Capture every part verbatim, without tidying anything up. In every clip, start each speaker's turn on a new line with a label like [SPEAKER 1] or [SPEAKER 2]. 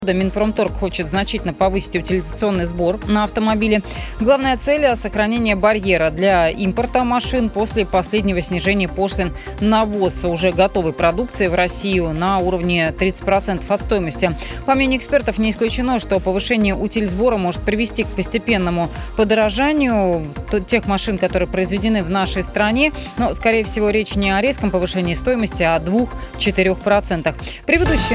[SPEAKER 1] Минпромторг хочет значительно повысить утилизационный сбор на автомобили. Главная цель – сохранение барьера для импорта машин после последнего снижения пошлин на ввоз уже готовой продукции в Россию на уровне тридцать процентов от стоимости. По мнению экспертов, не исключено, что повышение утильсбора может привести к постепенному подорожанию тех машин, которые произведены в нашей стране. Но, скорее всего, речь не о резком повышении стоимости, а о двух-четырех процентах. Предыдущие...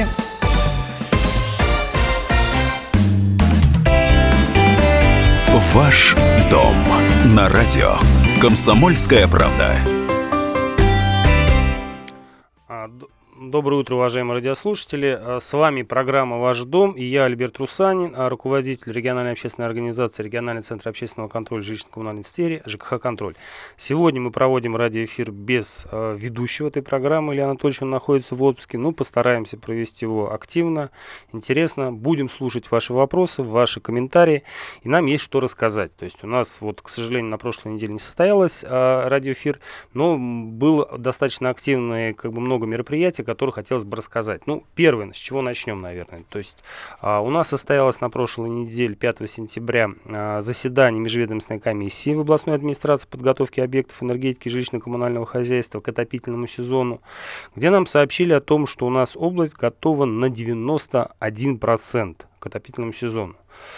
[SPEAKER 2] Ваш дом на радио «Комсомольская правда».
[SPEAKER 3] Доброе утро, уважаемые радиослушатели. С вами программа «Ваш дом» и я, Альберт Русанин, руководитель региональной общественной организации «Региональный центр общественного контроля жилищно-коммунальной сферы» ЖКХ «Контроль». Сегодня мы проводим радиоэфир без э, ведущего этой программы. Илья Анатольевич, он находится в отпуске. Ну, постараемся провести его активно, интересно. Будем слушать ваши вопросы, ваши комментарии. И нам есть что рассказать. То есть у нас, вот, к сожалению, на прошлой неделе не состоялось э, радиоэфир, но было достаточно активное, как бы, много мероприятий, которые хотелось бы рассказать. Ну, первое, с чего начнем, наверное. То есть а, у нас состоялось на прошлой неделе, пятого сентября, а, заседание межведомственной комиссии в областной администрации подготовки объектов энергетики и жилищно-коммунального хозяйства к отопительному сезону, где нам сообщили о том, что у нас область готова на девяносто один процент к отопительному сезону.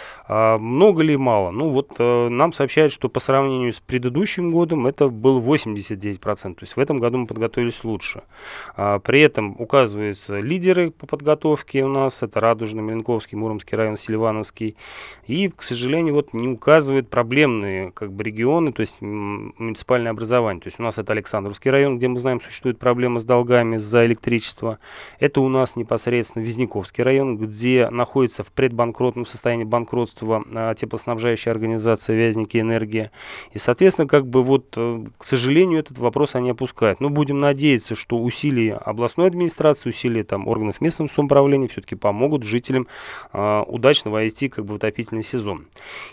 [SPEAKER 3] А много ли мало? Ну вот э, нам сообщают, что по сравнению с предыдущим годом это было восемьдесят девять процентов. То есть в этом году мы подготовились лучше. А, при этом указываются лидеры по подготовке у нас. Это Радужный, Маленковский, Муромский район, Селивановский. И, к сожалению, вот не указывают проблемные, как бы, регионы, то есть муниципальное образование. То есть у нас это Александровский район, где мы знаем, существует проблема с долгами за электричество. Это у нас непосредственно Визняковский район, где находится в предбанкротном состоянии банкротства теплоснабжающая организация «Вязники Энергия». И, соответственно, как бы вот, к сожалению, этот вопрос они опускают. Но будем надеяться, что усилия областной администрации, усилия там органов местного самоуправления все-таки помогут жителям э, удачно войти, как бы, в отопительный сезон.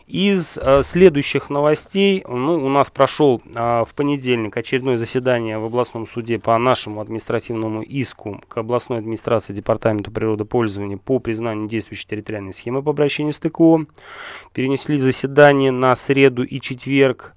[SPEAKER 3] Из э, следующих новостей, ну, у нас прошел э, в понедельник очередное заседание в областном суде по нашему административному иску к областной администрации Департаменту природопользования по признанию действующей территориальной схемы по обращению с ТКО. Перенесли заседание на среду и четверг.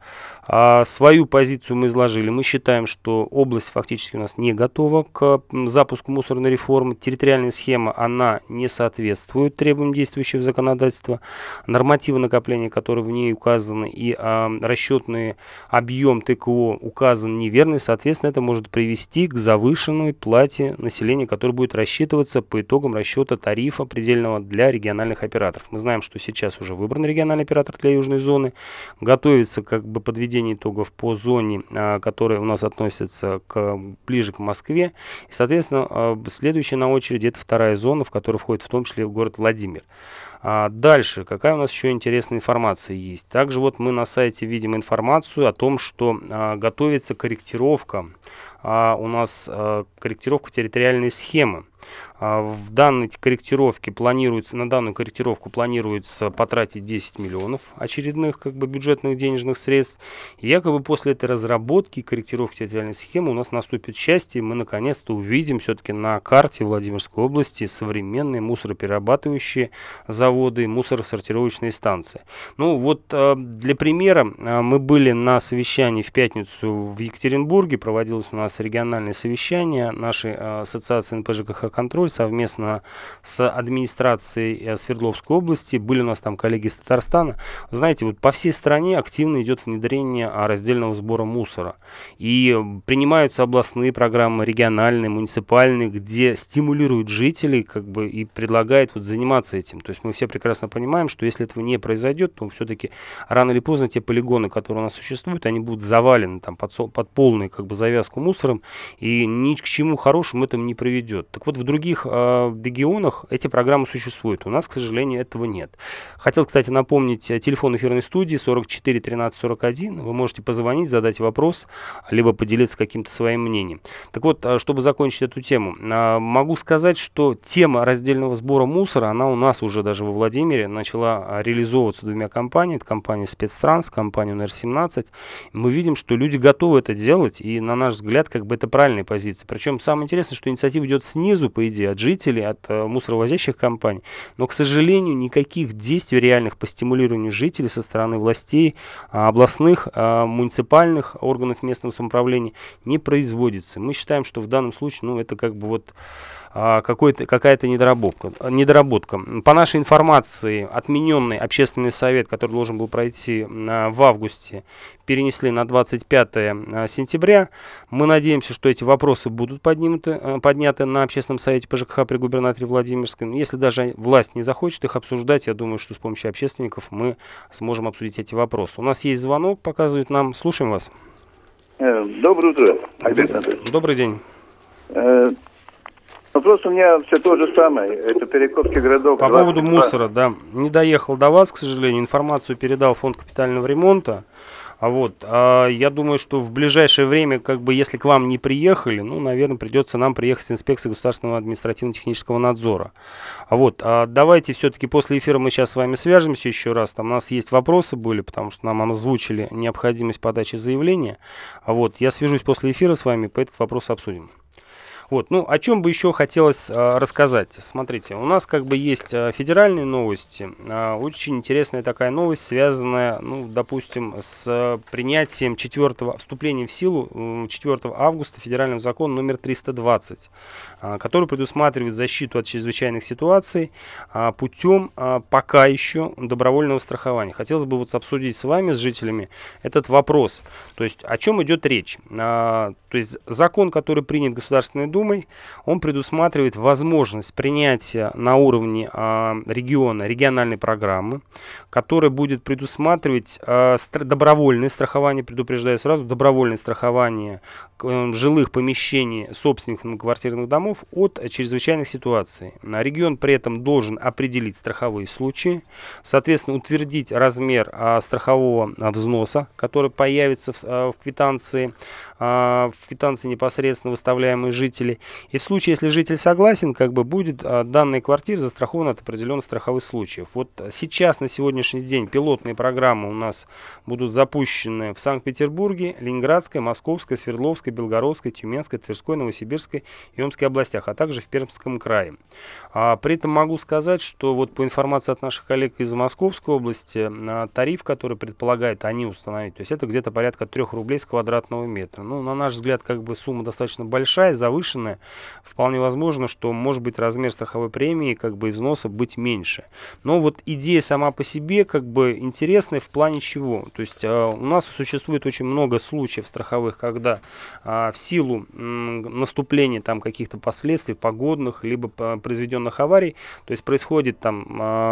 [SPEAKER 3] А свою позицию мы изложили. Мы считаем, что область фактически у нас не готова к запуску мусорной реформы. Территориальная схема, она не соответствует требованиям действующего законодательства. Нормативы накопления, которые в ней указаны, и а, расчетный объем ТКО указан неверно. Соответственно, это может привести к завышенной плате населения, которая будет рассчитываться по итогам расчета тарифа предельного для региональных операторов. Мы знаем, что сейчас уже выбран региональный оператор для южной зоны. Готовится, как бы, подведение итогов по зоне, которая у нас относится к, ближе к Москве. И, соответственно, следующая на очереди — это вторая зона, в которую входит в том числе город Владимир. А дальше, какая у нас еще интересная информация есть? Также вот мы на сайте видим информацию о том, что а, готовится корректировка, а, у нас а, корректировка территориальной схемы. В данной корректировке планируется, на данную корректировку планируется потратить десять миллионов очередных, как бы, бюджетных денежных средств. И якобы после этой разработки корректировки территориальной схемы у нас наступит счастье, и мы наконец-то увидим все-таки на карте Владимирской области современные мусороперерабатывающие заводы, мусоросортировочные станции. Ну вот для примера, мы были на совещании в пятницу в Екатеринбурге, проводилось у нас региональное совещание нашей ассоциации эн пэ жэ ка ха «Контроль» совместно с администрацией Свердловской области. Были у нас там коллеги из Татарстана. Знаете, вот по всей стране активно идет внедрение раздельного сбора мусора. И принимаются областные программы, региональные, муниципальные, где стимулируют жителей, как бы, и предлагают вот заниматься этим. То есть мы все прекрасно понимаем, что если этого не произойдет, то все-таки рано или поздно те полигоны, которые у нас существуют, они будут завалены там под, под полную, как бы, завязку мусором, и ни к чему хорошему это не приведет. Так вот, в других э, регионах эти программы существуют. У нас, к сожалению, этого нет. Хотел, кстати, напомнить телефон эфирной студии сорок четыре тринадцать сорок один. Вы можете позвонить, задать вопрос, либо поделиться каким-то своим мнением. Так вот, чтобы закончить эту тему, э, могу сказать, что тема раздельного сбора мусора, она у нас уже даже во Владимире начала реализовываться двумя компаниями. Это компания «Спецтранс», компания эн эр семнадцать. Мы видим, что люди готовы это делать, и, на наш взгляд, как бы, это правильная позиция. Причем самое интересное, что инициатива идет снизу, пользу, по идее, от жителей, от э, мусоровозящих компаний. Но, к сожалению, никаких действий реальных по стимулированию жителей со стороны властей, а, областных, а, муниципальных органов местного самоуправления не производится. Мы считаем, что в данном случае, ну, это как бы вот какой-то, какая-то недоработка, недоработка. По нашей информации, отмененный общественный совет, который должен был пройти в августе, перенесли на двадцать пятое сентября. Мы надеемся, что эти вопросы будут подняты, подняты на общественном совете по ЖКХ при губернаторе Владимирском. Если даже власть не захочет их обсуждать, я думаю, что с помощью общественников мы сможем обсудить эти вопросы. У нас есть звонок, показывает нам. Слушаем вас.
[SPEAKER 4] Доброе утро, Альберт Анатольевич.
[SPEAKER 3] Добрый день.
[SPEAKER 4] Вопрос у меня все то же самое. Это Перекопский городок.
[SPEAKER 3] По поводу мусора, да. Не доехал до вас, к сожалению. Информацию передал фонд капитального ремонта. А вот, а, я думаю, что в ближайшее время, как бы, если к вам не приехали, ну, наверное, придется нам приехать с инспекцией государственного административно-технического надзора. А вот, а давайте все-таки после эфира мы сейчас с вами свяжемся еще раз. Там у нас есть вопросы были, потому что нам озвучили необходимость подачи заявления. А вот, я свяжусь после эфира с вами, по этот вопрос обсудим. Вот, ну, о чем бы еще хотелось а, рассказать. Смотрите, у нас как бы есть а, федеральные новости. А, очень интересная такая новость, связанная, ну, допустим, с а, принятием четвертого, вступлением в силу четвёртого августа федерального закона номер триста двадцать, а, который предусматривает защиту от чрезвычайных ситуаций а, путем а, пока еще добровольного страхования. Хотелось бы вот обсудить с вами, с жителями, этот вопрос. То есть, о чем идет речь? А, то есть, закон, который принят Государственной Думой, он предусматривает возможность принятия на уровне а, региона региональной программы, которая будет предусматривать а, стра- добровольное страхование, предупреждаю сразу, добровольное страхование а, жилых помещений собственников многоквартирных домов от а, чрезвычайных ситуаций. А, регион при этом должен определить страховые случаи, соответственно, утвердить размер а, страхового а, взноса, который появится в, а, в квитанции, а, в квитанции непосредственно выставляемой жителей. И в случае, если житель согласен, как бы будет а, данная квартира застрахована от определенных страховых случаев. Вот сейчас, на сегодняшний день, пилотные программы у нас будут запущены в Санкт-Петербурге, Ленинградской, Московской, Свердловской, Белгородской, Тюменской, Тверской, Новосибирской и Омской областях, а также в Пермском крае. А, при этом могу сказать, что вот по информации от наших коллег из Московской области, а, тариф, который предполагают они установить, то есть это где-то порядка трех рублей с квадратного метра. Ну, на наш взгляд, как бы сумма достаточно большая, завышенная. Вполне возможно, что может быть размер страховой премии, как бы, и взноса быть меньше. Но вот идея сама по себе как бы интересная в плане чего. То есть э, у нас существует очень много случаев страховых, когда э, в силу э, наступления там каких-то последствий погодных либо произведенных аварий, то есть происходит там,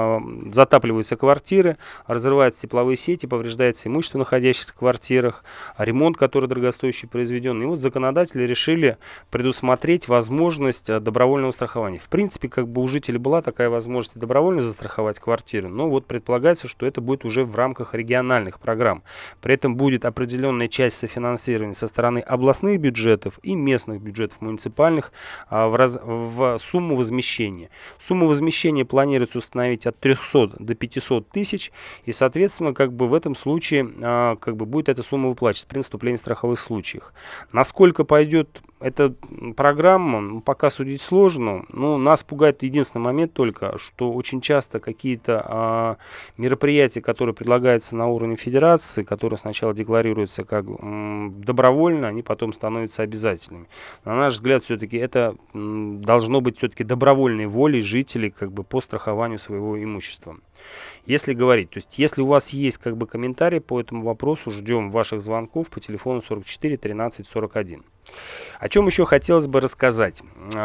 [SPEAKER 3] э, затапливаются квартиры, разрываются тепловые сети, повреждается имущество, находящееся в квартирах, ремонт, который дорогостоящий произведен. И вот законодатели решили предусмотреть возможность добровольного страхования. В принципе, как бы у жителей была такая возможность добровольно застраховать квартиру, но вот предполагается, что это будет уже в рамках региональных программ. При этом будет определенная часть софинансирования со стороны областных бюджетов и местных бюджетов муниципальных а, в, раз, в сумму возмещения. Сумму возмещения планируется установить от трехсот до пятисот тысяч, и, соответственно, как бы в этом случае а, как бы будет эта сумма выплачиваться при наступлении страховых случаев. Насколько пойдет эта программа, ну, пока судить сложно. Но нас пугает единственный момент только, что очень часто какие-то а, мероприятия, которые предлагаются на уровне федерации, которые сначала декларируются как м, добровольно, они потом становятся обязательными. На наш взгляд, все-таки это м, должно быть все-таки добровольной волей жителей, как бы, по страхованию своего имущества. Если говорить, то есть если у вас есть как бы комментарии по этому вопросу, ждем ваших звонков по телефону сорок четыре тринадцать сорок один. О чем еще хотелось бы рассказать?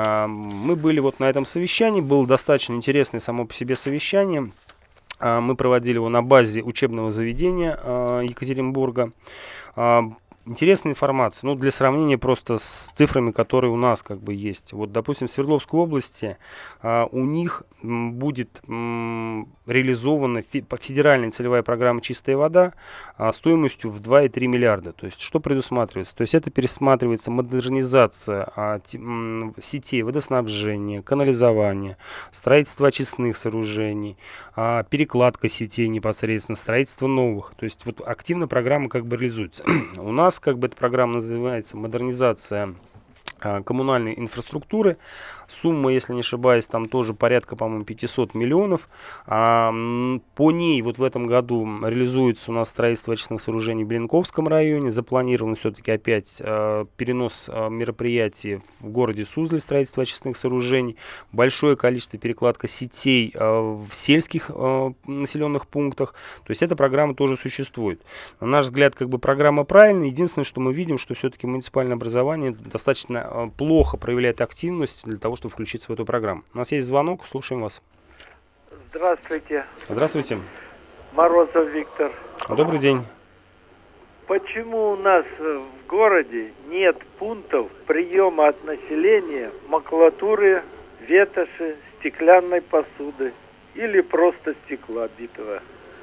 [SPEAKER 3] Мы были вот на этом совещании, было достаточно интересное само по себе совещание. Мы проводили его на базе учебного заведения Екатеринбурга. Интересная информация, ну, для сравнения просто с цифрами, которые у нас как бы есть. Вот, допустим, в Свердловской области а, у них м, будет м, реализована фи- федеральная целевая программа «Чистая вода» а, стоимостью в два и три миллиарда. То есть, что предусматривается? То есть, это пересматривается модернизация а, т, м, сетей водоснабжения, канализования, строительство очистных сооружений, а, перекладка сетей непосредственно, строительство новых. То есть, вот активно программа как бы реализуется. У нас как бы эта программа называется «Модернизация коммунальной инфраструктуры. Сумма, если не ошибаюсь, там тоже порядка, по-моему, пятьсот миллионов. А, по ней вот в этом году реализуется у нас строительство очистных сооружений в Блинковском районе. Запланирован все-таки опять а, перенос а, мероприятий в городе Суздаль, строительство очистных сооружений. Большое количество перекладка сетей а, в сельских а, населенных пунктах. То есть эта программа тоже существует. На наш взгляд, как бы программа правильная. Единственное, что мы видим, что все-таки муниципальное образование достаточно плохо проявляет активность для того, чтобы включиться в эту программу. У нас есть звонок, слушаем вас.
[SPEAKER 5] Здравствуйте.
[SPEAKER 3] Здравствуйте.
[SPEAKER 5] Морозов Виктор.
[SPEAKER 3] Добрый день.
[SPEAKER 5] Почему у нас в городе нет пунктов приема от населения макулатуры, ветоши, стеклянной посуды или просто стекла битого?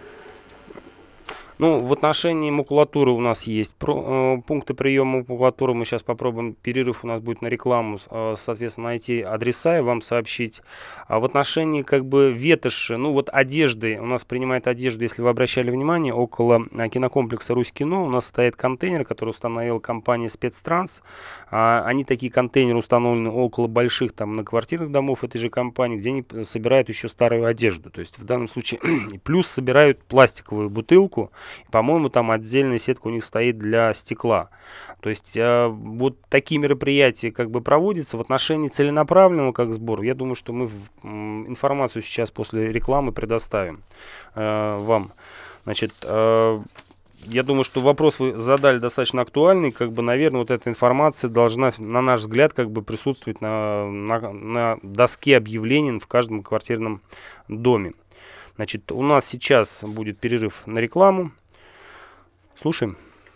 [SPEAKER 3] Ну, в отношении макулатуры у нас есть про, э, пункты приема макулатуры. Мы сейчас попробуем, перерыв у нас будет на рекламу, э, соответственно, найти адреса и вам сообщить. А в отношении как бы ветоши, ну вот одежды, у нас принимает одежду, если вы обращали внимание, около э, кинокомплекса «Русь-кино» у нас стоит контейнер, который установила компания «Спецтранс». А, они такие контейнеры установлены около больших там многоквартирных домов этой же компании, где они собирают еще старую одежду. То есть в данном случае плюс собирают пластиковую бутылку. По-моему, там отдельная сетка у них стоит для стекла. То есть э, вот такие мероприятия как бы проводятся в отношении целенаправленного как сбор. Я думаю, что мы в, э, информацию сейчас после рекламы предоставим э, вам. Значит, э, я думаю, что вопрос вы задали достаточно актуальный. Как бы, наверное, вот эта информация должна, на наш взгляд, как бы присутствовать на, на, на доске объявлений в каждом квартирном доме. Значит, у нас сейчас будет перерыв на рекламу. Слушаем.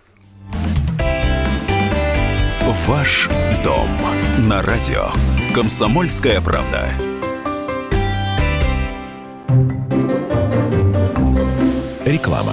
[SPEAKER 2] Ваш дом на радио «Комсомольская правда». Реклама.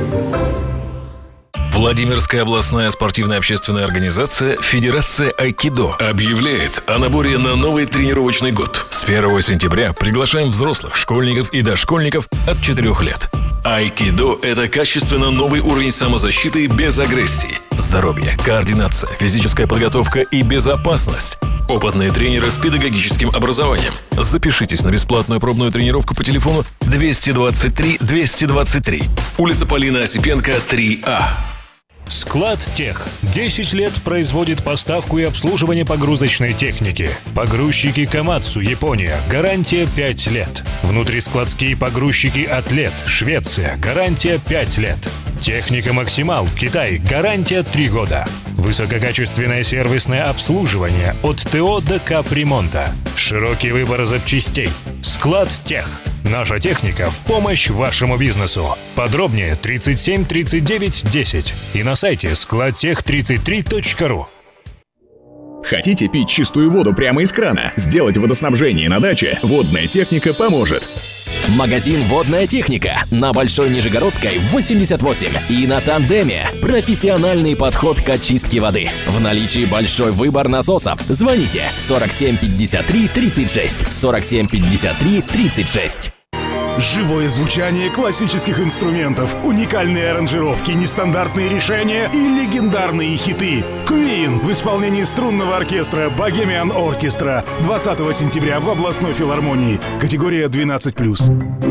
[SPEAKER 6] Владимирская областная спортивная общественная организация «Федерация Айкидо» объявляет о наборе на новый тренировочный год. С первого сентября приглашаем взрослых, школьников и дошкольников от четырёх лет. Айкидо – это качественно новый уровень самозащиты без агрессии. Здоровье, координация, физическая подготовка и безопасность. Опытные тренеры с педагогическим образованием. Запишитесь на бесплатную пробную тренировку по телефону двести двадцать три двести двадцать три. Улица Полина Осипенко, три А.
[SPEAKER 7] Склад Тех. десять лет производит поставку и обслуживание погрузочной техники. Погрузчики Камацу, Япония. Гарантия пять лет. Внутрискладские погрузчики Атлет, Швеция. Гарантия пять лет. Техника Максимал, Китай. Гарантия три года. Высококачественное сервисное обслуживание от ТО до капремонта. Широкий выбор запчастей. Склад Тех. Наша техника в помощь вашему бизнесу. Подробнее тридцать семь тридцать девять десять и на сайте складтех тридцать три точка ру.
[SPEAKER 8] Хотите пить чистую воду прямо из крана? Сделать водоснабжение на даче? Водная техника поможет.
[SPEAKER 9] Магазин «Водная техника» на Большой Нижегородской, восемьдесят восемь. И на Тандеме. Профессиональный подход к очистке воды. В наличии большой выбор насосов. Звоните сорок семь пятьдесят три тридцать шесть. сорок семь пятьдесят три тридцать шесть.
[SPEAKER 10] Живое звучание классических инструментов, уникальные аранжировки, нестандартные решения и легендарные хиты. Queen в исполнении струнного оркестра Bohemian Orchestra двадцатого сентября в областной филармонии. Категория двенадцать плюс.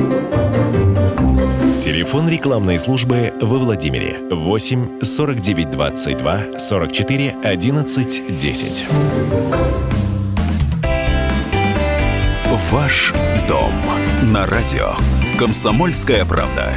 [SPEAKER 11] Телефон рекламной службы во Владимире восемь сорок девять двадцать два сорок четыре одиннадцать десять.
[SPEAKER 2] Ваш дом на радио «Комсомольская правда».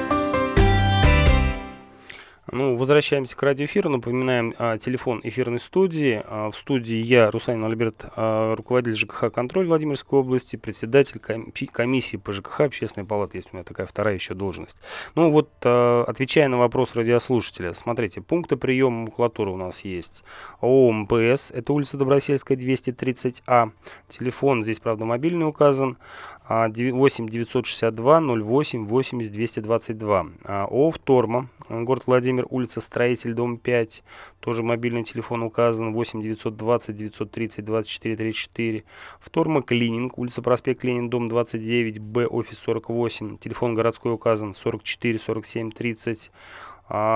[SPEAKER 3] Ну, возвращаемся к радиоэфиру. Напоминаем а, телефон эфирной студии. А, в студии я, Русанин Альберт, а, руководитель ЖКХ «Контроль» Владимирской области, председатель комиссии по ЖКХ Общественной палаты. Есть у меня такая вторая еще должность. Ну вот, а, отвечая на вопрос радиослушателя, смотрите, пункты приема макулатуры у нас есть. ООО МПС, это улица Добросельская, двести тридцать А. Телефон здесь, правда, мобильный указан. восемь девятьсот шестьдесят два ноль восемь восемьдесят двести двадцать два. ООО «Вторма», город Владимир, улица Строитель, дом пять. Тоже мобильный телефон указан. восемь девятьсот двадцать девятьсот тридцать двадцать четыре тридцать четыре. «Вторма Клининг», улица Проспект Ленин, дом двадцать девять Б, офис сорок восемь. Телефон городской указан. сорок четыре сорок семь тридцать.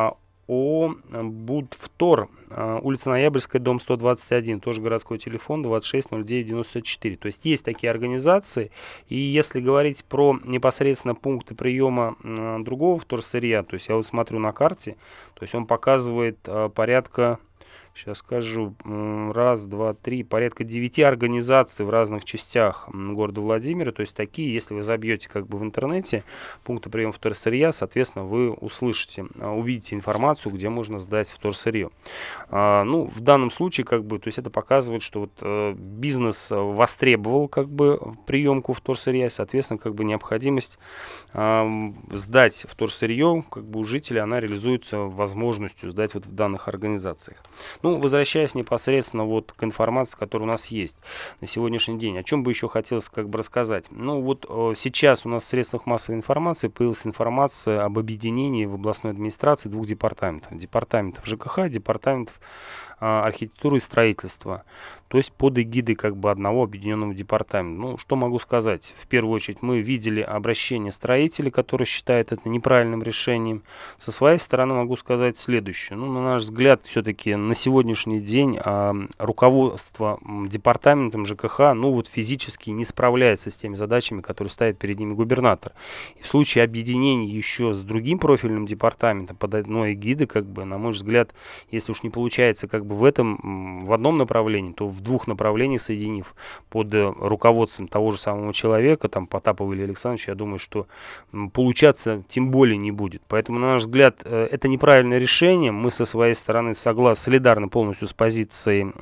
[SPEAKER 3] ООО «Будвтор», улица Ноябрьская, дом сто двадцать один, тоже городской телефон двадцать шесть ноль девять девяносто четыре. То есть есть такие организации, и если говорить про непосредственно пункты приема другого вторсырья, то есть я вот смотрю на карте, то есть он показывает порядка, сейчас скажу, раз, два, три, порядка девяти организаций в разных частях города Владимира. То есть такие, если вы забьете как бы в интернете пункты приема вторсырья, соответственно, вы услышите, увидите информацию, где можно сдать вторсырье. А, ну, в данном случае, как бы, то есть это показывает, что вот э, бизнес востребовал как бы приемку вторсырья, и, соответственно, как бы необходимость э, сдать вторсырье, как бы у жителей, она реализуется возможностью сдать вот в данных организациях. Ну, возвращаясь непосредственно вот к информации, которая у нас есть на сегодняшний день, о чем бы еще хотелось как бы рассказать. Ну, вот э, сейчас у нас в средствах массовой информации появилась информация об объединении в областной администрации двух департаментов. Департаментов ЖКХ, департаментов э, архитектуры и строительства. То есть под эгидой как бы одного объединенного департамента. Ну, что могу сказать? В первую очередь мы видели обращение строителей, которые считают это неправильным решением. Со своей стороны могу сказать следующее. Ну, на наш взгляд, все-таки на сегодняшний день а, руководство департаментом ЖКХ, ну, вот физически не справляется с теми задачами, которые ставит перед ними губернатор. И в случае объединения еще с другим профильным департаментом под одной эгидой, как бы, на мой взгляд, если уж не получается как бы в этом, в одном направлении, то в двух направлениях соединив под руководством того же самого человека, там Потапова или Александровича, я думаю, что получаться тем более не будет. Поэтому, на наш взгляд, это неправильное решение. Мы со своей стороны согласны, солидарны полностью с позицией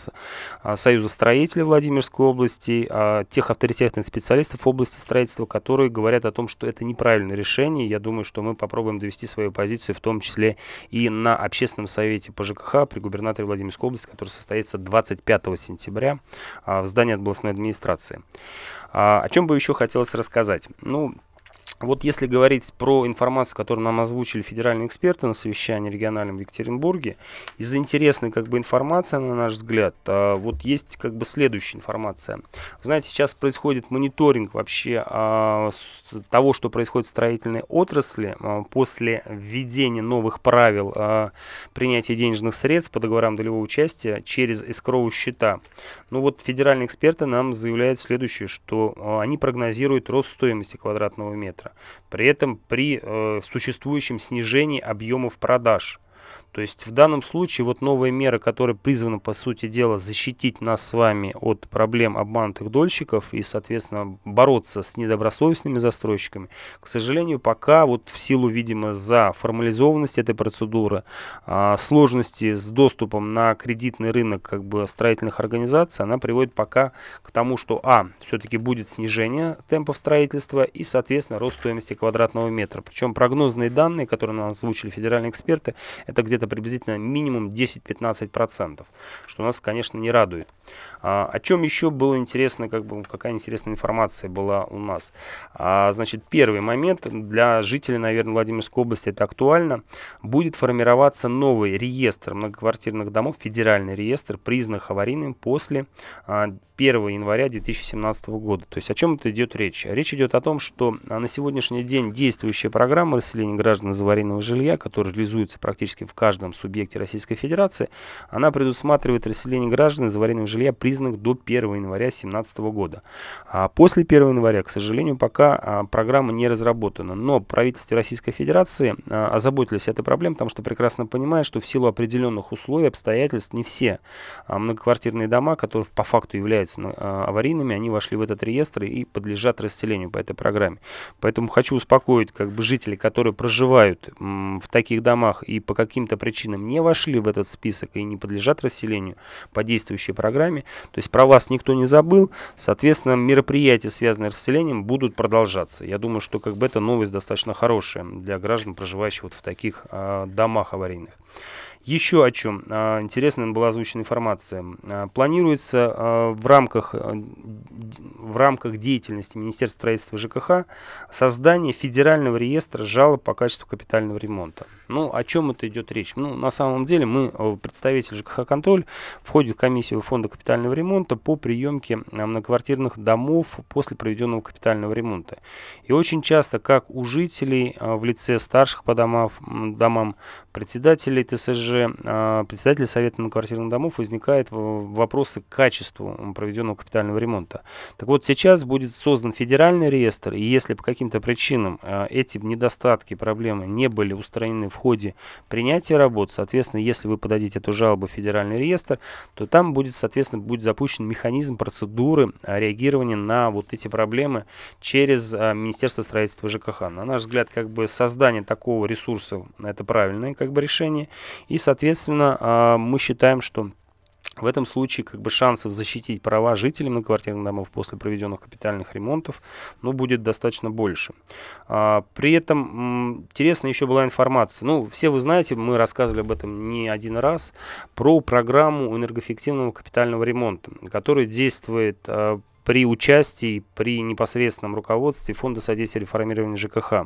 [SPEAKER 3] Союза строителей Владимирской области, тех авторитетных специалистов в области строительства, которые говорят о том, что это неправильное решение. Я думаю, что мы попробуем довести свою позицию, в том числе и на общественном совете по ЖКХ при губернаторе Владимирской области, который состоится двадцать пятого сентября в здании областной администрации. О чем бы еще хотелось рассказать? Ну, вот если говорить про информацию, которую нам озвучили федеральные эксперты на совещании региональном в Екатеринбурге, из интересной как бы информации, на наш взгляд, вот есть как бы следующая информация. Вы знаете, сейчас происходит мониторинг вообще а, того, что происходит в строительной отрасли а, после введения новых правил а, принятия денежных средств по договорам долевого участия через эскроу счета. Ну вот федеральные эксперты нам заявляют следующее, что а, они прогнозируют рост стоимости квадратного метра. При этом при э, существующем снижении объемов продаж. То есть в данном случае вот новая мера, которая призвана, по сути дела, защитить нас с вами от проблем обманутых дольщиков и, соответственно, бороться с недобросовестными застройщиками, к сожалению, пока вот в силу, видимо, за формализованность этой процедуры, а, сложности с доступом на кредитный рынок как бы строительных организаций, она приводит пока к тому, что, а, все-таки будет снижение темпов строительства и, соответственно, рост стоимости квадратного метра. Причем прогнозные данные, которые нам озвучили федеральные эксперты, это где-то приблизительно минимум десять-пятнадцать процентов, что нас, конечно, не радует. А, о чем еще было интересно, как бы, какая интересная информация была у нас? А, значит, первый момент для жителей, наверное, Владимирской области это актуально. Будет формироваться новый реестр многоквартирных домов, федеральный реестр, признанных аварийным после а, первого января две тысячи семнадцатого года. То есть о чем это идет речь? Речь идет о том, что на сегодняшний день действующая программа расселения граждан из аварийного жилья, которая реализуется практически в каждом субъекте Российской Федерации, она предусматривает расселение граждан из аварийного жилья, признанных до первого января две тысячи семнадцатого года. А после первого января, к сожалению, пока а, программа не разработана. Но правительство Российской Федерации а, озаботились этой проблемой, потому что прекрасно понимают, что в силу определенных условий, обстоятельств, не все а, многоквартирные дома, которые по факту являются аварийными, они вошли в этот реестр и подлежат расселению по этой программе. Поэтому хочу успокоить как бы жителей, которые проживают м, в таких домах и по каким-то причинам не вошли в этот список и не подлежат расселению по действующей программе. То есть про вас никто не забыл. Соответственно, мероприятия, связанные с расселением, будут продолжаться. Я думаю, что как бы эта новость достаточно хорошая для граждан, проживающих вот в таких э, домах аварийных. Еще о чем а, интересная была озвучена информация. А, планируется а, в рамках, а, в рамках деятельности Министерства строительства и ЖКХ создание федерального реестра жалоб по качеству капитального ремонта. Ну, о чем это идет речь? Ну, на самом деле мы, представитель ЖКХ-контроль, входит в комиссию фонда капитального ремонта по приемке многоквартирных домов после проведенного капитального ремонта. И очень часто, как у жителей в лице старших по домам, домам председателей ТСЖ, председателей Совета многоквартирных домов, возникают вопросы к качеству проведенного капитального ремонта. Так вот, сейчас будет создан федеральный реестр, и если по каким-то причинам эти недостатки, проблемы не были устранены в ходе принятия работ, соответственно, если вы подадите эту жалобу в федеральный реестр, то там будет, соответственно, будет запущен механизм процедуры реагирования на вот эти проблемы через Министерство строительства и ЖКХ. На наш взгляд, как бы создание такого ресурса — это правильное как бы решение, и, соответственно, мы считаем, что в этом случае как бы шансов защитить права жителей многоквартирных домов после проведенных капитальных ремонтов, ну, будет достаточно больше. А, при этом интересная еще была информация. Ну, все вы знаете, мы рассказывали об этом не один раз, про программу энергоэффективного капитального ремонта, которая действует а, при участии, при непосредственном руководстве Фонда содействия реформированию ЖКХ,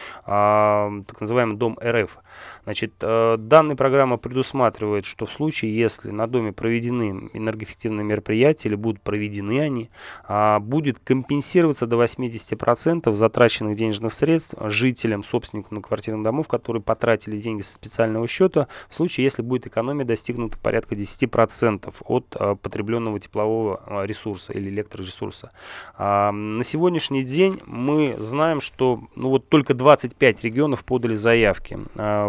[SPEAKER 3] а, так называемый Дом РФ. Значит, данная программа предусматривает, что в случае, если на доме проведены энергоэффективные мероприятия или будут проведены они, будет компенсироваться до восьмидесяти процентов затраченных денежных средств жителям, собственникам многоквартирных домов, которые потратили деньги со специального счета, в случае, если будет экономия достигнута порядка десяти процентов от потребленного теплового ресурса или электроресурса. На сегодняшний день мы знаем, что ну, вот только двадцать пять регионов подали заявки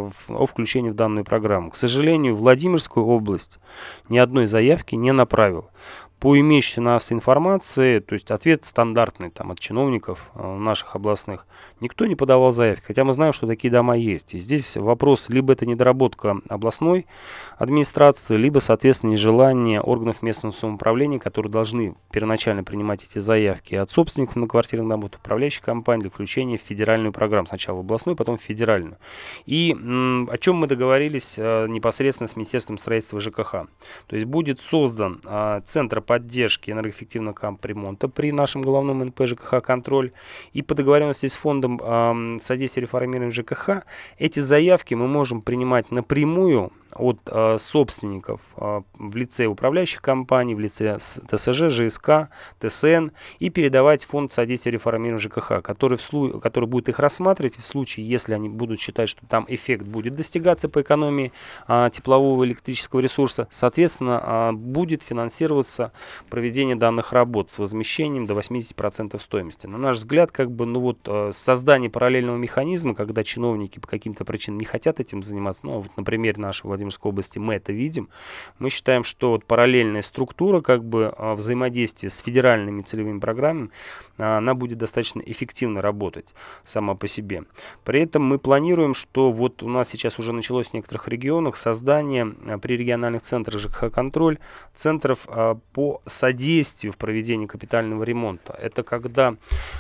[SPEAKER 3] о включении в данную программу. К сожалению, Владимирскую область ни одной заявки не направил. По имеющейся у нас информации, то есть ответ стандартный там, от чиновников э, наших областных, никто не подавал заявки, хотя мы знаем, что такие дома есть. И здесь вопрос, либо это недоработка областной администрации, либо, соответственно, нежелание органов местного самоуправления, которые должны первоначально принимать эти заявки от собственников многоквартирных домов, от управляющих компаний для включения в федеральную программу. Сначала в областную, потом в федеральную. И м, о чем мы договорились э, непосредственно с Министерством строительства и ЖКХ. То есть будет создан э, центр поддержки энергоэффективного капремонта при нашем головном эн пэ ЖКХ «Контроль». И по договоренности с фондом э, содействия реформированию ЖКХ эти заявки мы можем принимать напрямую от э, собственников э, в лице управляющих компаний, в лице ТСЖ, ЖСК, ТСН и передавать в фонд содействия реформированию ЖКХ, который, в слу... который будет их рассматривать в случае, если они будут считать, что там эффект будет достигаться по экономии э, теплового и электрического ресурса, соответственно, э, будет финансироваться проведение данных работ с возмещением до восьмидесяти процентов стоимости. На наш взгляд, как бы, ну вот, э, создание параллельного механизма, когда чиновники по каким-то причинам не хотят этим заниматься, ну, вот на примере нашего Владимирской области мы это видим, мы считаем, что вот параллельная структура как бы взаимодействия с федеральными целевыми программами, она будет достаточно эффективно работать сама по себе. При этом мы планируем, что вот у нас сейчас уже началось в некоторых регионах создание при региональных центрах ЖКХ-контроль центров по содействию в проведении капитального ремонта. Это когда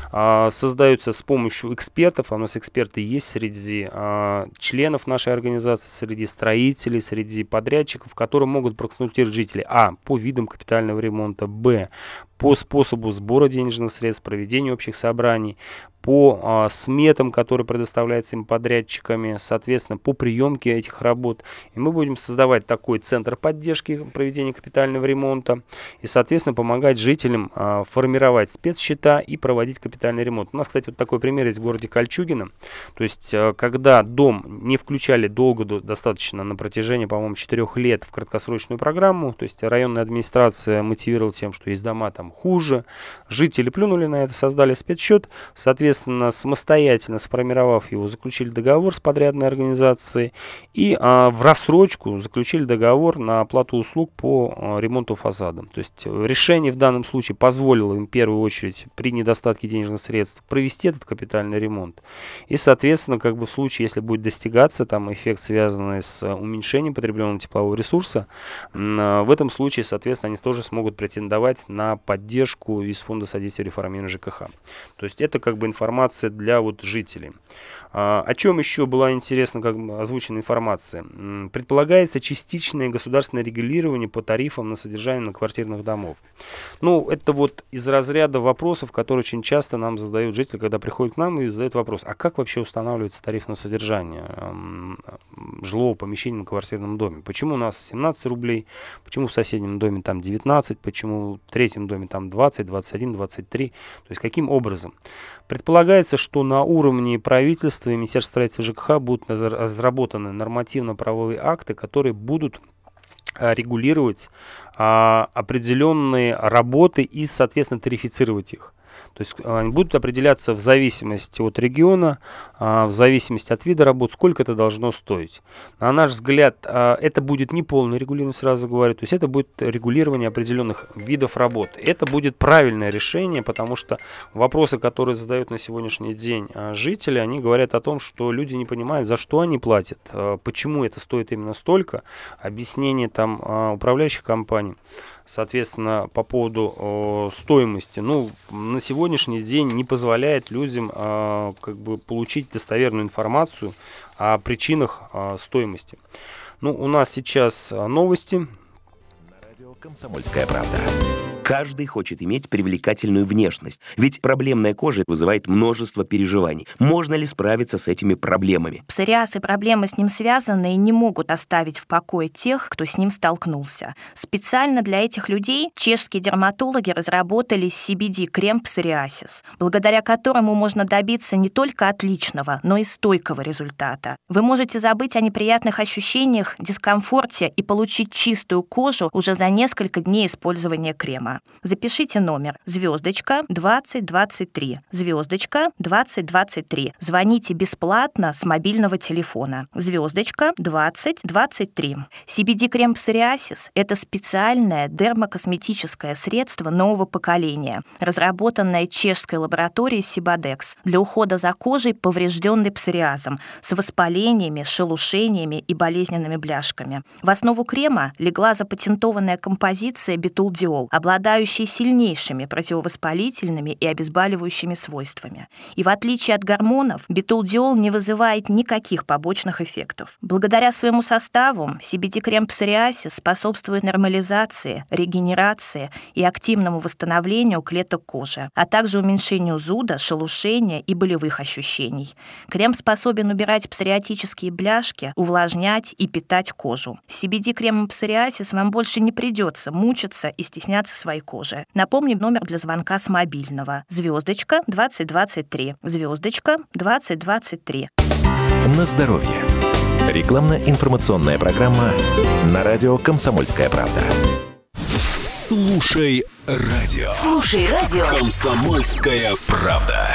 [SPEAKER 3] создаются с помощью экспертов, а у нас эксперты есть среди членов нашей организации, среди строителей, среди подрядчиков, которые могут проконсультировать жителей а. по видам капитального ремонта, б. по способу сбора денежных средств, проведения общих собраний, по а, сметам, которые предоставляются им подрядчиками, соответственно, по приемке этих работ. И мы будем создавать такой центр поддержки проведения капитального ремонта и, соответственно, помогать жителям а, формировать спецсчета и проводить капитальный ремонт. У нас, кстати, вот такой пример есть в городе Кольчугино. То есть, а, когда дом не включали долго, достаточно на протяжении, по-моему, четырех лет в краткосрочную программу, то есть районная администрация мотивировала тем, что есть дома там хуже, жители плюнули на это, создали спецсчет, соответственно, самостоятельно сформировав его, заключили договор с подрядной организацией и а, в рассрочку заключили договор на оплату услуг по а, ремонту фасада. То есть решение в данном случае позволило им в первую очередь при недостатке денежных средств провести этот капитальный ремонт. И, соответственно, как бы в случае, если будет достигаться там эффект, связанный с уменьшением потребленного теплового ресурса, а, в этом случае, соответственно, они тоже смогут претендовать на поддержку из Фонда содействия реформированию ЖКХ. То есть это как бы информация информация для вот жителей. О чем еще была интересна как озвучена информация? Предполагается частичное государственное регулирование по тарифам на содержание многоквартирных домов. Ну, это вот из разряда вопросов, которые очень часто нам задают жители, когда приходят к нам и задают вопрос, а как вообще устанавливается тариф на содержание жилого помещения на квартирном доме? Почему у нас семнадцать рублей, почему в соседнем доме там девятнадцать, почему в третьем доме там двадцать, двадцать один, двадцать три? То есть каким образом? Предполагается, что на уровне правительства и Министерства строительства ЖКХ будут разработаны нормативно-правовые акты, которые будут регулировать а, определенные работы и, соответственно, тарифицировать их. То есть они будут определяться в зависимости от региона, в зависимости от вида работ, сколько это должно стоить. На наш взгляд, это будет не полное регулирование, сразу говорю, то есть это будет регулирование определенных видов работ. Это будет правильное решение, потому что вопросы, которые задают на сегодняшний день жители, они говорят о том, что люди не понимают, за что они платят, почему это стоит именно столько, объяснение там управляющих компаний. Соответственно, по поводу э, стоимости, ну, на сегодняшний день не позволяет людям э, как бы получить достоверную информацию о причинах э, стоимости. Ну, у нас сейчас новости.
[SPEAKER 12] На радио «Комсомольская правда». Каждый хочет иметь привлекательную внешность, ведь проблемная кожа вызывает множество переживаний. Можно ли справиться с этими проблемами?
[SPEAKER 13] Псориаз и проблемы с ним связанные не могут оставить в покое тех, кто с ним столкнулся. Специально для этих людей чешские дерматологи разработали си би ди-крем псориасис, благодаря которому можно добиться не только отличного, но и стойкого результата. Вы можете забыть о неприятных ощущениях, дискомфорте и получить чистую кожу уже за несколько дней использования крема. Запишите номер звездочка двадцать двадцать три, звездочка двадцать двадцать три. Звоните бесплатно с мобильного телефона. Звездочка двадцать двадцать три. си би ди-крем псориасис – это специальное дермокосметическое средство нового поколения, разработанное чешской лабораторией Сибадекс для ухода за кожей, поврежденной псориазом, с воспалениями, шелушениями и болезненными бляшками. В основу крема легла запатентованная композиция бетулдиол, обладающая сильнейшими противовоспалительными и обезболивающими свойствами. И в отличие от гормонов, бетулдиол не вызывает никаких побочных эффектов. Благодаря своему составу си би ди-крем псориасис способствует нормализации, регенерации и активному восстановлению клеток кожи, а также уменьшению зуда, шелушения и болевых ощущений. Крем способен убирать псориатические бляшки, увлажнять и питать кожу. С си би ди-кремом псориасис вам больше не придется мучиться и стесняться своей кожи. Напомним номер для звонка с мобильного. Звездочка двадцать двадцать три. Звездочка двадцать двадцать три.
[SPEAKER 11] На здоровье. Рекламно-информационная программа на радио «Комсомольская правда».
[SPEAKER 2] Слушай радио.
[SPEAKER 14] Слушай радио.
[SPEAKER 2] «Комсомольская правда».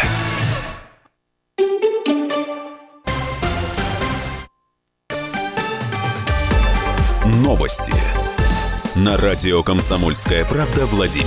[SPEAKER 2] Новости. На радио «Комсомольская правда» Владимир.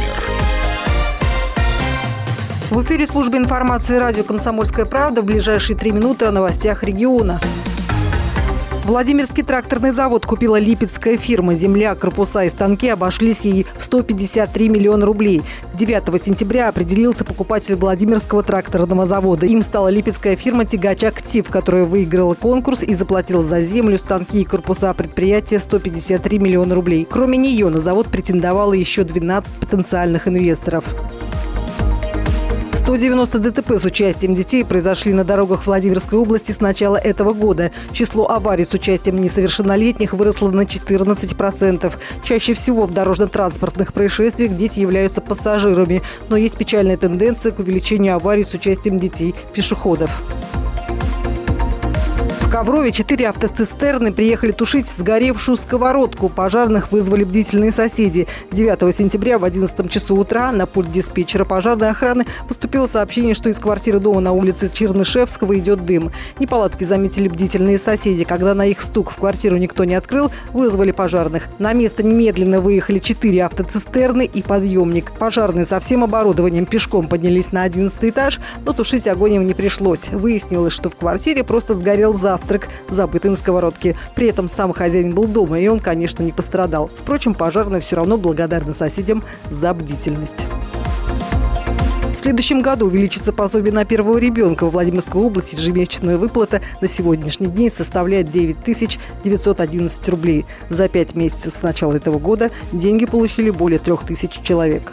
[SPEAKER 15] В эфире службы информации радио «Комсомольская правда». В ближайшие три минуты о новостях региона. Владимирский тракторный завод купила липецкая фирма. Земля, корпуса и станки обошлись ей в сто пятьдесят три миллиона рублей. девятого сентября определился покупатель Владимирского тракторного завода. Им стала липецкая фирма «Тягач Актив», которая выиграла конкурс и заплатила за землю, станки и корпуса предприятия сто пятьдесят три миллиона рублей. Кроме нее на завод претендовало еще двенадцать потенциальных инвесторов. сто девяносто ДТП с участием детей произошли на дорогах Владимирской области с начала этого года. Число аварий с участием несовершеннолетних выросло на четырнадцать процентов. Чаще всего в дорожно-транспортных происшествиях дети являются пассажирами, но есть печальная тенденция к увеличению аварий с участием детей, пешеходов. В Коврове четыре автоцистерны приехали тушить сгоревшую сковородку. Пожарных вызвали бдительные соседи. девятого сентября в одиннадцатом часу утра на пульт диспетчера пожарной охраны поступило сообщение, что из квартиры дома на улице Чернышевского идет дым. Неполадки заметили бдительные соседи. Когда на их стук в квартиру никто не открыл, вызвали пожарных. На место немедленно выехали четыре автоцистерны и подъемник. Пожарные со всем оборудованием пешком поднялись на одиннадцатый этаж, но тушить огонь им не пришлось. Выяснилось, что в квартире просто сгорел завтрак, забытый на сковородке. При этом сам хозяин был дома, и он, конечно, не пострадал. Впрочем, пожарные все равно благодарны соседям за бдительность. В следующем году увеличится пособие на первого ребенка. В Владимирской области ежемесячная выплата на сегодняшний день составляет девять тысяч девятьсот одиннадцать рублей. За пять месяцев с начала этого года деньги получили более трех тысяч человек.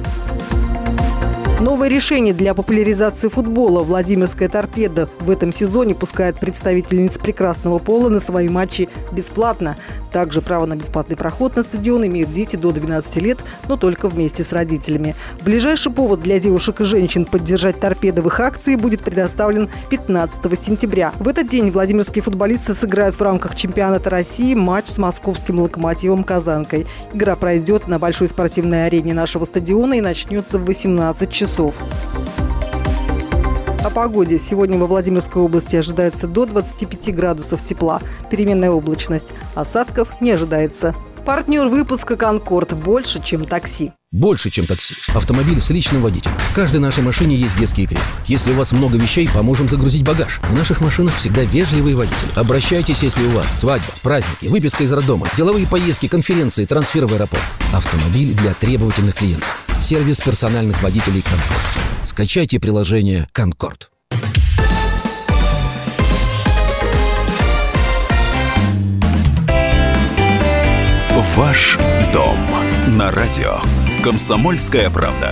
[SPEAKER 15] Новое решение для популяризации футбола. Владимирская «Торпедо» в этом сезоне пускает представительниц прекрасного пола на свои матчи бесплатно. Также право на бесплатный проход на стадион имеют дети до двенадцати лет, но только вместе с родителями. Ближайший повод для девушек и женщин поддержать «Торпедо» в их акции будет предоставлен пятнадцатого сентября. В этот день владимирские футболисты сыграют в рамках чемпионата России матч с московским «Локомотивом» Казанкой. Игра пройдет на большой спортивной арене нашего стадиона и начнется в восемнадцать часов. О погоде. Сегодня во Владимирской области ожидается до двадцати пяти градусов тепла. Переменная облачность. Осадков не ожидается. Партнер выпуска «Конкорд». Больше, чем такси.
[SPEAKER 14] Больше, чем такси. Автомобиль с личным водителем. В каждой нашей машине есть детские кресла. Если у вас много вещей, поможем загрузить багаж. В наших машинах всегда вежливые водители. Обращайтесь, если у вас свадьба, праздники, выписка из роддома, деловые поездки, конференции, трансфер в аэропорт. Автомобиль для требовательных клиентов. Сервис персональных водителей «Конкорд». Скачайте приложение «Конкорд».
[SPEAKER 2] Ваш дом на радио «Комсомольская правда».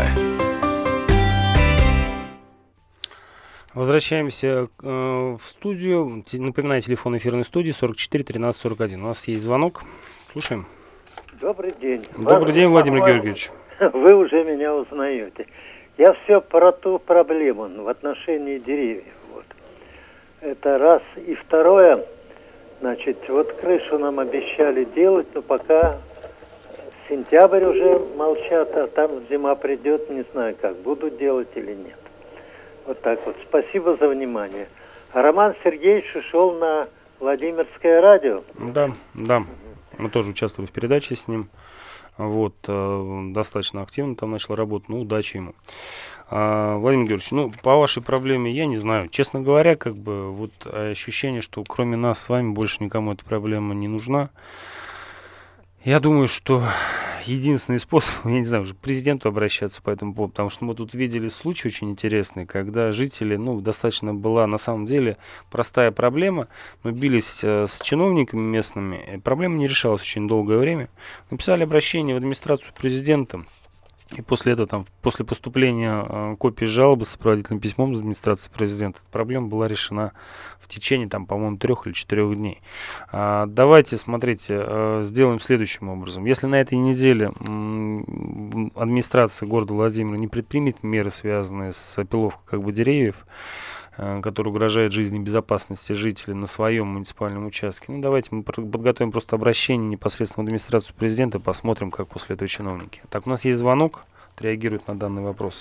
[SPEAKER 3] Возвращаемся э, в студию. Напоминаю, телефон эфирной студии сорок четыре тринадцать сорок один. У нас есть звонок. Слушаем.
[SPEAKER 16] Добрый день.
[SPEAKER 3] Добрый день, Владимир Георгиевич.
[SPEAKER 16] Вы уже меня узнаете. Я все про ту проблему в отношении деревьев. Вот. Это раз. И второе, значит, вот крышу нам обещали делать, но пока сентябрь уже молчат, а там зима придет, не знаю как, будут делать или нет. Вот так вот. Спасибо за внимание. А Роман Сергеевич ушел на Владимирское радио.
[SPEAKER 3] Да, да. Мы тоже участвовали в передаче с ним. Вот, э, достаточно активно там начал работать. Ну, удачи ему. А, Владимир Георгиевич, ну, по вашей проблеме я не знаю. Честно говоря, как бы вот ощущение, что кроме нас с вами больше никому эта проблема не нужна. Я думаю, что единственный способ, я не знаю, уже к президенту обращаться по этому поводу, потому что мы тут видели случай очень интересный, когда жители, ну, достаточно была на самом деле простая проблема, но бились э, с чиновниками местными, и проблема не решалась очень долгое время. Написали обращение в администрацию президента, и после этого, там, после поступления э, копии жалобы с сопроводительным письмом из администрации президента, эта проблема была решена в течение, там, по-моему, трех или четырех дней. А, давайте, смотрите, э, сделаем следующим образом. Если на этой неделе м, администрация города Владимира не предпримет меры, связанные с опиловкой как бы деревьев, который угрожает жизни и безопасности жителей на своем муниципальном участке. Ну, давайте мы подготовим просто обращение непосредственно в администрацию президента, посмотрим, как после этого чиновники. Так, у нас есть звонок, отреагирует на данный вопрос.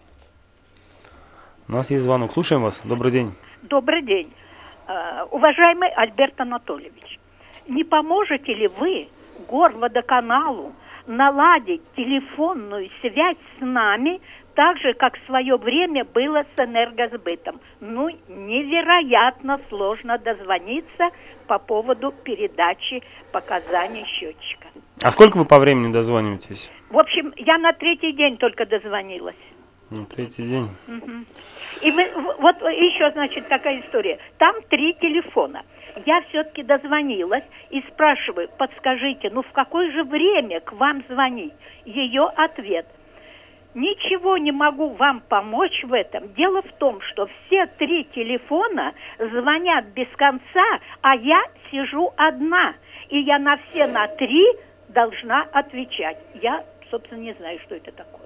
[SPEAKER 3] У нас есть звонок. Слушаем вас. Добрый день.
[SPEAKER 17] Добрый день. Уважаемый Альберт Анатольевич, не поможете ли вы Горводоканалу наладить телефонную связь с нами, так же, как в свое время было с энергосбытом? Ну, невероятно сложно дозвониться по поводу передачи показаний счетчика.
[SPEAKER 3] А сколько вы по времени дозваниваетесь?
[SPEAKER 17] В общем, я на третий день только дозвонилась.
[SPEAKER 3] На третий день.
[SPEAKER 17] Угу. И вы, вот еще, значит, такая история. Там три телефона. Я все-таки дозвонилась и спрашиваю, подскажите, ну в какое же время к вам звонить? Ее ответ: ничего не могу вам помочь в этом. Дело в том, что все три телефона звонят без конца, а я сижу одна. И я на все на три должна отвечать. Я, собственно, не знаю, что это такое.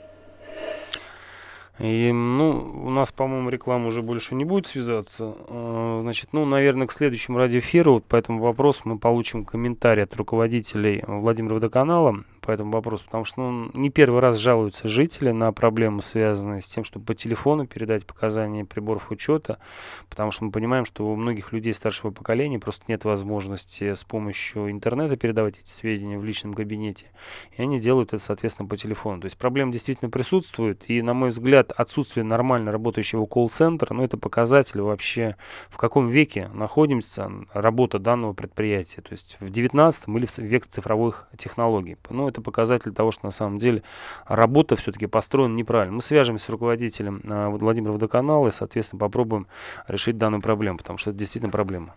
[SPEAKER 3] И, ну, у нас, по-моему, реклама уже больше не будет связаться. Значит, ну, наверное, к следующему радиоэфиру по этому вопросу мы получим комментарий от руководителей Владимирводоканала по этому вопросу, потому что, ну, не первый раз жалуются жители на проблемы, связанные с тем, чтобы по телефону передать показания приборов учета, потому что мы понимаем, что у многих людей старшего поколения просто нет возможности с помощью интернета передавать эти сведения в личном кабинете, и они делают это, соответственно, по телефону. То есть проблема действительно присутствует, и, на мой взгляд, отсутствие нормально работающего колл-центра, ну, это показатель вообще, в каком веке находимся работа данного предприятия, то есть в девятнадцатом или в век цифровых технологий. Ну, это это показатель того, что на самом деле работа все-таки построена неправильно. Мы свяжемся с руководителем э, Владимира водоканала и, соответственно, попробуем решить данную проблему, потому что это действительно проблема.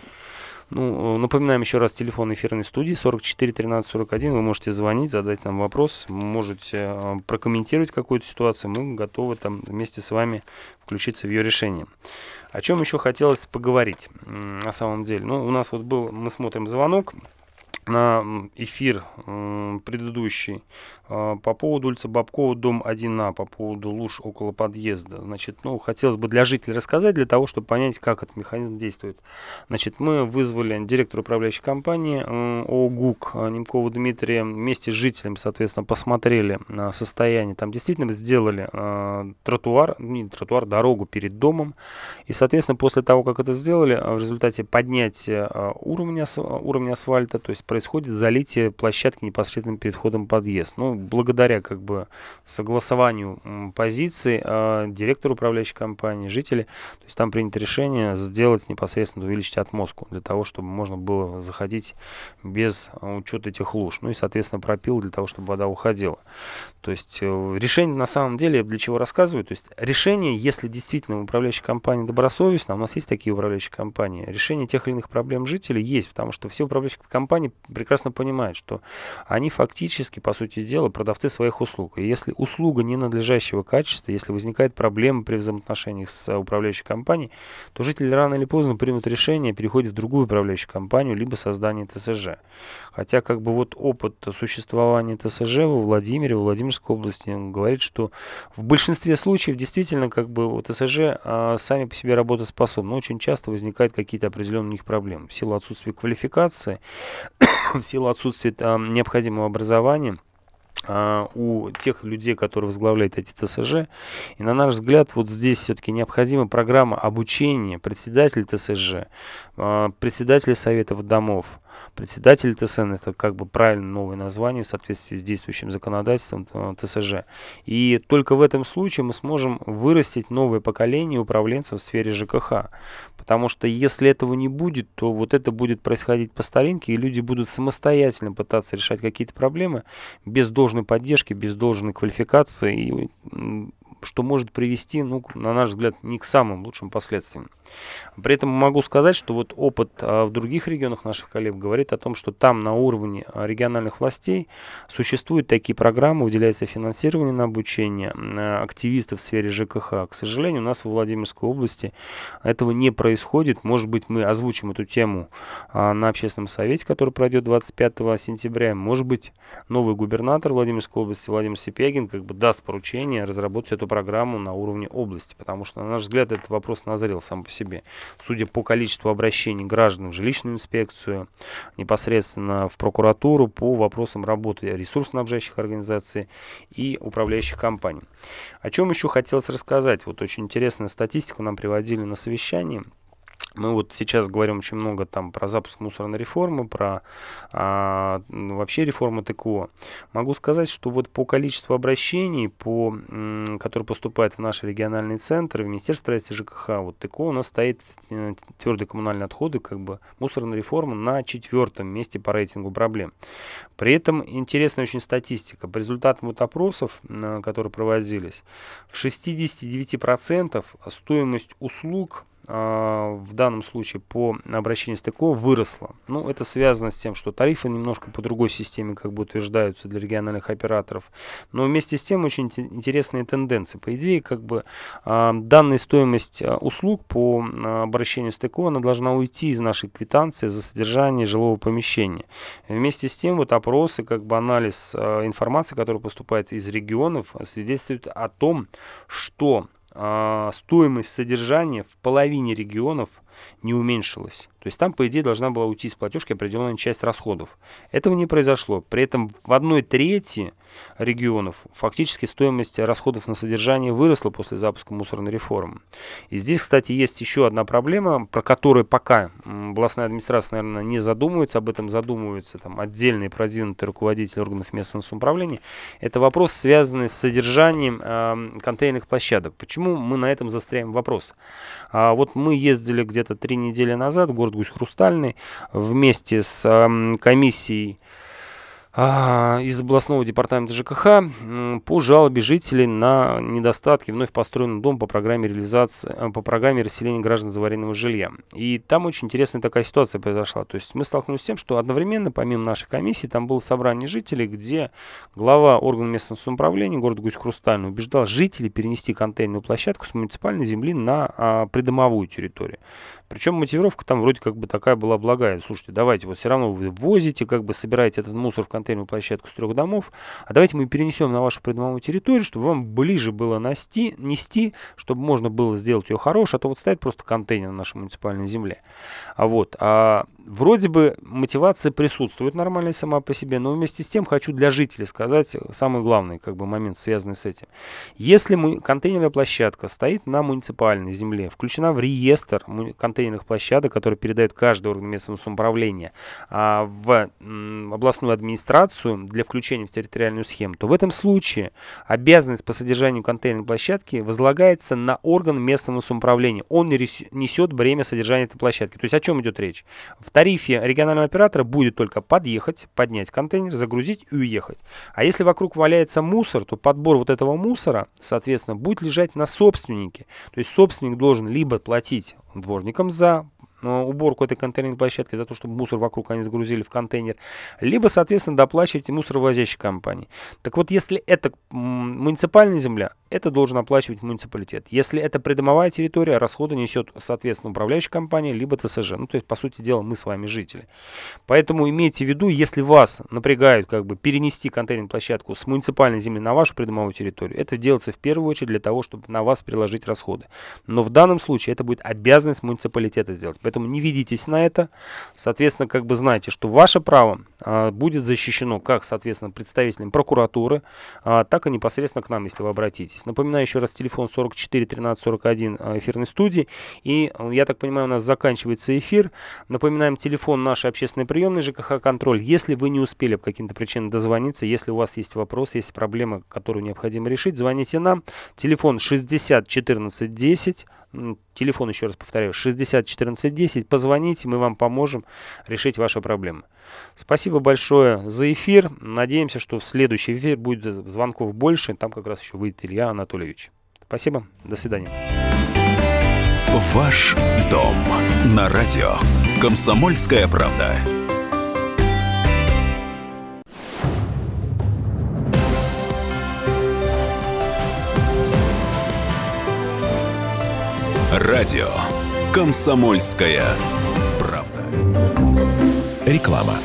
[SPEAKER 3] Ну, напоминаем еще раз телефон эфирной студии сорок четыре тринадцать сорок один. Вы можете звонить, задать нам вопрос, можете э, прокомментировать какую-то ситуацию. Мы готовы там вместе с вами включиться в ее решение. О чем еще хотелось поговорить на самом деле? Ну, у нас вот был, мы смотрим звонок на эфир э, предыдущий э, по поводу улицы Бабкова, дом один А, по поводу луж около подъезда. Значит, ну, хотелось бы для жителей рассказать, для того, чтобы понять, как этот механизм действует. Значит, мы вызвали директора управляющей компании э, ООО ГУК Немкова Дмитрия, вместе с жителями, соответственно, посмотрели на состояние. Там действительно сделали э, тротуар, не тротуар, дорогу перед домом. И, соответственно, после того, как это сделали, в результате поднятия э, уровня, уровня асфальта, то есть происходит залитие площадки непосредственно перед входом в подъезд. Ну, благодаря как бы согласованию м, позиций э, директора управляющей компании, жителей, то есть там принято решение сделать непосредственно, увеличить отмостку для того, чтобы можно было заходить без учета этих луж. Ну и, соответственно, пропил для того, чтобы вода уходила. То есть э, решение на самом деле, для чего рассказываю, то есть решение, если действительно управляющая компания добросовестна, у нас есть такие управляющие компании, решение тех или иных проблем жителей есть, потому что все управляющие компании прекрасно понимают, что они фактически, по сути дела, продавцы своих услуг. И если услуга ненадлежащего качества, если возникает проблема при взаимоотношениях с управляющей компанией, то жители рано или поздно примут решение, переходят в другую управляющую компанию, либо создание ТСЖ. Хотя как бы вот опыт существования ТСЖ во Владимире, во Владимирской области говорит, что в большинстве случаев действительно как бы вот ТСЖ а, сами по себе работоспособны, но очень часто возникают какие-то определенные у них проблемы в силу отсутствия квалификации, в силу отсутствия а, необходимого образования а, у тех людей, которые возглавляют эти ТСЖ. И на наш взгляд, вот здесь все-таки необходима программа обучения председателей ТСЖ, а, председателей советов домов, председатель ТСН, это как бы правильно новое название в соответствии с действующим законодательством ТСЖ. И только в этом случае мы сможем вырастить новое поколение управленцев в сфере ЖКХ. Потому что если этого не будет, то вот это будет происходить по старинке, и люди будут самостоятельно пытаться решать какие-то проблемы без должной поддержки, без должной квалификации, и, что может привести, ну, на наш взгляд, не к самым лучшим последствиям. При этом могу сказать, что вот опыт а, в других регионах наших коллег говорит о том, что там на уровне региональных властей существуют такие программы, выделяется финансирование на обучение а, активистов в сфере ЖКХ. К сожалению, у нас в Владимирской области этого не происходит. Может быть, мы озвучим эту тему а, на общественном совете, который пройдет двадцать пятого сентября. Может быть, новый губернатор Владимирской области Владимир Сипягин как бы даст поручение разработать эту программу на уровне области, потому что, на наш взгляд, этот вопрос назрел сам по себе. Судя по количеству обращений граждан в жилищную инспекцию, непосредственно в прокуратуру по вопросам работы ресурсоснабжающих организаций и управляющих компаний. О чем еще хотелось рассказать? Вот очень интересную статистику нам приводили на совещании. Мы вот сейчас говорим очень много там про запуск мусорной реформы, про а, вообще реформу ТКО. Могу сказать, что вот по количеству обращений, по, м, которые поступают в наши региональные центры, в Министерство строительства ЖКХ, вот ТКО у нас стоит э, твердые коммунальные отходы, как бы мусорная реформа на четвертом месте по рейтингу проблем. При этом интересная очень статистика. По результатам вот опросов, э, которые проводились, в шестьдесят девять процентов стоимость услуг в данном случае по обращению с ТКО выросла. Ну, это связано с тем, что тарифы немножко по другой системе как бы утверждаются для региональных операторов. Но вместе с тем очень интересные тенденции. По идее, как бы данная стоимость услуг по обращению с ТКО, она должна уйти из нашей квитанции за содержание жилого помещения. И вместе с тем вот опросы, как бы анализ информации, которая поступает из регионов, свидетельствует о том, что стоимость содержания в половине регионов не уменьшилась. То есть там, по идее, должна была уйти из платежки определенная часть расходов. Этого не произошло. При этом в одной трети регионов фактически стоимость расходов на содержание выросла после запуска мусорной реформы. И здесь, кстати, есть еще одна проблема, про которую пока областная администрация, наверное, не задумывается, об этом задумываются там отдельные продвинутые руководители органов местного самоуправления. Это вопрос, связанный с содержанием э, контейнерных площадок. Почему мы на этом застряем вопрос? А вот мы ездили где-то три недели назад в город Гусь-Хрустальный вместе с э, комиссией из областного департамента ЖКХ по жалобе жителей на недостатки вновь построенного дома по программе реализации, по программе расселения граждан из аварийного жилья. И там очень интересная такая ситуация произошла. То есть мы столкнулись с тем, что одновременно, помимо нашей комиссии, там было собрание жителей, где глава органа местного самоуправления города Гусь-Хрустальный убеждал жителей перенести контейнерную площадку с муниципальной земли на а, придомовую территорию. Причем мотивировка там вроде как бы такая была благая. Слушайте, давайте, вот все равно вы возите, как бы собираете этот мусор в контейнерную площадку с трех домов, а давайте мы перенесем на вашу придомовую территорию, чтобы вам ближе было нести, нести, чтобы можно было сделать ее хорошей, а то вот стоит просто контейнер на нашей муниципальной земле. А вот, а вроде бы мотивация присутствует нормальная сама по себе, но вместе с тем хочу для жителей сказать самый главный как бы момент, связанный с этим. Если мы, контейнерная площадка стоит на муниципальной земле, включена в реестр контейнерных площадок, которые передает каждый орган местного самоуправления а, в м, областную администрацию для включения в территориальную схему, то в этом случае обязанность по содержанию контейнерной площадки возлагается на орган местного самоуправления. Он несет бремя содержания этой площадки. То есть о чем идет речь? В тарифе регионального оператора будет только подъехать, поднять контейнер, загрузить и уехать. А если вокруг валяется мусор, то подбор вот этого мусора, соответственно, будет лежать на собственнике. То есть собственник должен либо платить дворникам за уборку этой контейнерной площадки, за то, чтобы мусор вокруг они загрузили в контейнер, либо, соответственно, доплачивать мусоровозящей компании. Так вот, если это муниципальная земля, это должен оплачивать муниципалитет. Если это придомовая территория, расходы несет, соответственно, управляющая компания, либо ТСЖ. Ну, то есть, по сути дела, мы с вами жители. Поэтому имейте в виду, если вас напрягают как бы перенести контейнерную площадку с муниципальной земли на вашу придомовую территорию, это делается в первую очередь для того, чтобы на вас приложить расходы. Но в данном случае это будет обязанность муниципалитета сделать. Поэтому не ведитесь на это. Соответственно, как бы знайте, что ваше право а, будет защищено как, соответственно, представителям прокуратуры, а, так и непосредственно к нам, если вы обратитесь. Напоминаю еще раз, телефон сорок четыре тринадцать сорок один эфирной студии. И, я так понимаю, у нас заканчивается эфир. Напоминаем, телефон нашей общественной приемной ЖКХ «Контроль». Если вы не успели по каким-то причинам дозвониться, если у вас есть вопрос, есть проблема, которую необходимо решить, звоните нам. Телефон шестьдесят четырнадцать десять. Телефон, еще раз повторяю, шестьдесят четырнадцать десять. Позвоните, мы вам поможем решить ваши проблемы. Спасибо большое за эфир. Надеемся, что в следующий эфир будет звонков больше. Там как раз еще выйдет Илья Анатольевич. Спасибо. До свидания.
[SPEAKER 2] Ваш дом на радио «Комсомольская правда». Радио «Комсомольская правда».
[SPEAKER 11] Реклама.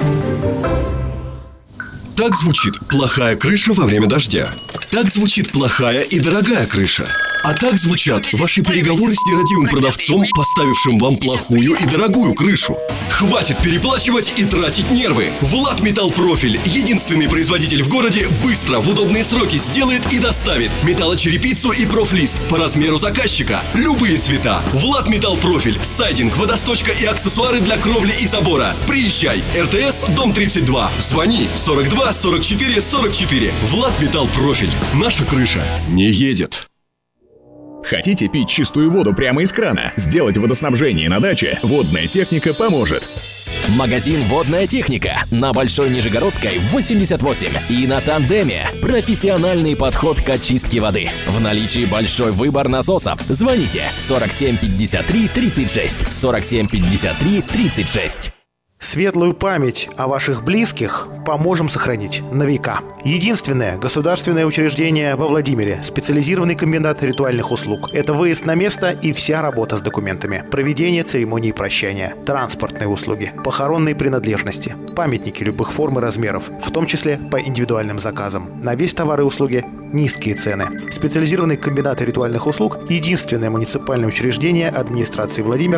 [SPEAKER 18] Так звучит плохая крыша во время дождя. Так звучит плохая и дорогая крыша. А так звучат ваши переговоры с нерадивым продавцом, поставившим вам плохую и дорогую крышу. Хватит переплачивать и тратить нервы. Влад Металл Профиль, единственный производитель в городе, быстро, в удобные сроки сделает и доставит металлочерепицу и профлист по размеру заказчика. Любые цвета. Влад Металл Профиль, сайдинг, водосточка и аксессуары для кровли и забора. Приезжай. РТС, дом тридцать два. Звони сорок два сорок четыре сорок четыре. Влад Металл Профиль. Наша крыша не едет.
[SPEAKER 8] Хотите пить чистую воду прямо из крана? Сделать водоснабжение на даче «Водная техника» поможет.
[SPEAKER 9] Магазин «Водная техника» на Большой Нижегородской, восемьдесят восемь. И на Тандеме. Профессиональный подход к очистке воды. В наличии большой выбор насосов. Звоните сорок семь пятьдесят три тридцать шесть. сорок семь пятьдесят три тридцать шесть.
[SPEAKER 19] Светлую память о ваших близких поможем сохранить на века. Единственное государственное учреждение во Владимире. Специализированный комбинат ритуальных услуг. Это выезд на место и вся работа с документами. Проведение церемонии прощания. Транспортные услуги. Похоронные принадлежности. Памятники любых форм и размеров. В том числе по индивидуальным заказам. На весь товар и услуги низкие цены. Специализированный комбинат ритуальных услуг. Единственное муниципальное учреждение администрации Владимира